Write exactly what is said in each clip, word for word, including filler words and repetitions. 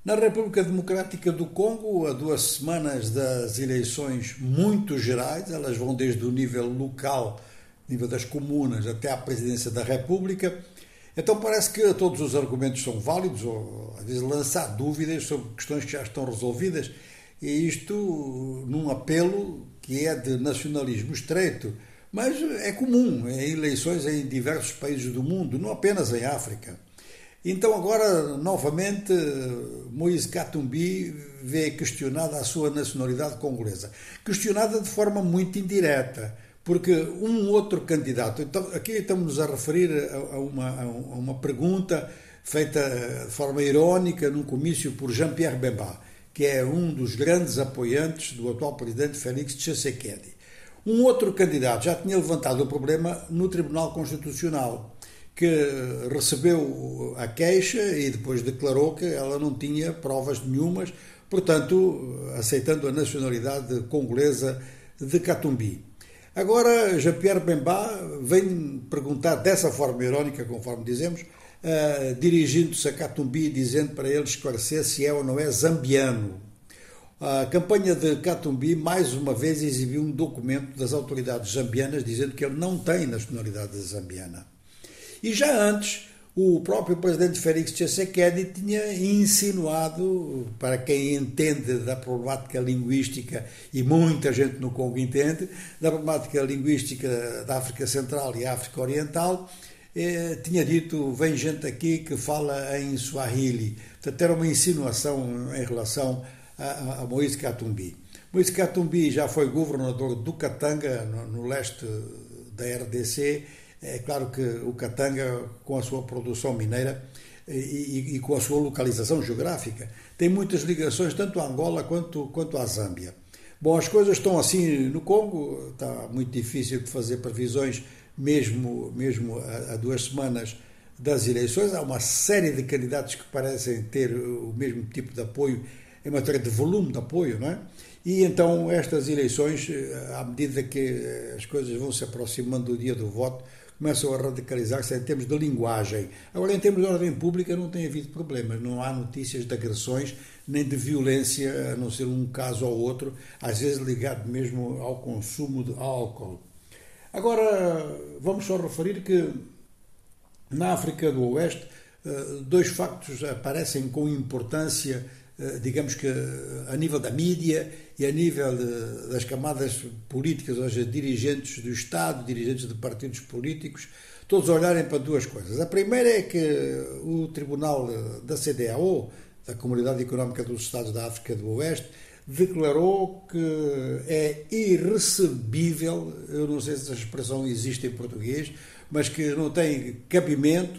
Na República Democrática do Congo, a duas semanas das eleições muito gerais, elas vão desde o nível local, nível das comunas, até à presidência da República. Então parece que todos os argumentos são válidos, ou às vezes lançar dúvidas sobre questões que já estão resolvidas, e isto num apelo que é de nacionalismo estreito, mas é comum em eleições em diversos países do mundo, não apenas em África. Então agora, novamente, Moïse Katumbi vê questionada a sua nacionalidade congolesa. Questionada de forma muito indireta, porque um outro candidato, então, aqui estamos a referir a uma, a uma pergunta feita de forma irónica num comício por Jean-Pierre Bemba, que é um dos grandes apoiantes do atual presidente Félix Tshisekedi. Um outro candidato já tinha levantado o problema no Tribunal Constitucional, que recebeu a queixa e depois declarou que ela não tinha provas nenhumas, portanto, aceitando a nacionalidade congolesa de Katumbi. Agora, Jean-Pierre Bemba vem perguntar dessa forma irónica, conforme dizemos, uh, dirigindo-se a Katumbi, dizendo para ele esclarecer se é ou não é zambiano. A campanha de Katumbi, mais uma vez, exibiu um documento das autoridades zambianas dizendo que ele não tem nacionalidade zambiana. E já antes, o próprio presidente Félix Tshisekedi tinha insinuado, para quem entende da problemática linguística, e muita gente no Congo entende, da problemática linguística da África Central e África Oriental, eh, tinha dito, vem gente aqui que fala em Swahili. Portanto, era uma insinuação em relação a, a Moïse Katumbi. Moïse Katumbi já foi governador do Katanga, no, no leste da R D C. É claro que o Katanga, com a sua produção mineira e, e, e com a sua localização geográfica, tem muitas ligações tanto a Angola quanto, quanto à Zâmbia. Bom, as coisas estão assim no Congo, está muito difícil de fazer previsões, mesmo, mesmo a, a duas semanas das eleições. Há uma série de candidatos que parecem ter o mesmo tipo de apoio, em matéria de volume de apoio, não é? E então estas eleições, à medida que as coisas vão se aproximando do dia do voto, começam a radicalizar-se em termos de linguagem. Agora, em termos de ordem pública, não tem havido problemas. Não há notícias de agressões nem de violência, a não ser um caso ou outro, às vezes ligado mesmo ao consumo de álcool. Agora, vamos só referir que na África do Oeste, dois factos aparecem com importância, digamos que a nível da mídia e a nível de, das camadas políticas, ou seja, dirigentes do Estado, dirigentes de partidos políticos, todos olharem para duas coisas. A primeira é que o Tribunal da C D A O, da Comunidade Económica dos Estados da África do Oeste, declarou que é irrecebível, eu não sei se essa expressão existe em português, mas que não tem cabimento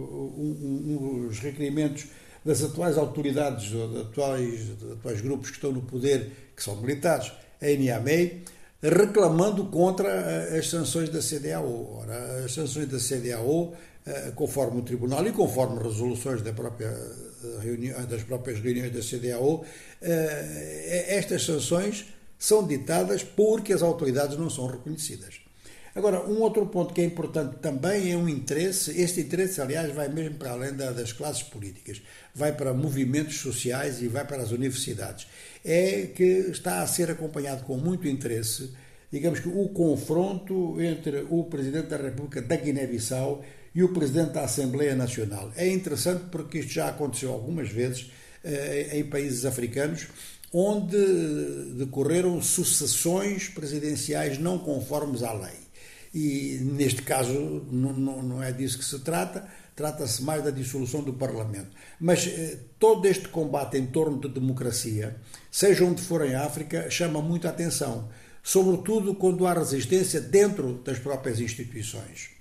um, um, os requerimentos das atuais autoridades, ou de atuais, de atuais grupos que estão no poder, que são militares, em Niamey, reclamando contra as sanções da C D A O. Ora, as sanções da C D A O, conforme o Tribunal e conforme resoluções da própria reunião, das próprias reuniões da C D A O, estas sanções são ditadas porque as autoridades não são reconhecidas. Agora, um outro ponto que é importante também é um interesse, este interesse, aliás, vai mesmo para além das classes políticas, vai para movimentos sociais e vai para as universidades. É que está a ser acompanhado com muito interesse, digamos que o confronto entre o Presidente da República da Guiné-Bissau e o Presidente da Assembleia Nacional. É interessante porque isto já aconteceu algumas vezes eh, em países africanos, onde decorreram sucessões presidenciais não conformes à lei. E, neste caso, não, não, não é disso que se trata, trata-se mais da dissolução do Parlamento. Mas eh, todo este combate em torno de democracia, seja onde for em África, chama muito a atenção, sobretudo quando há resistência dentro das próprias instituições.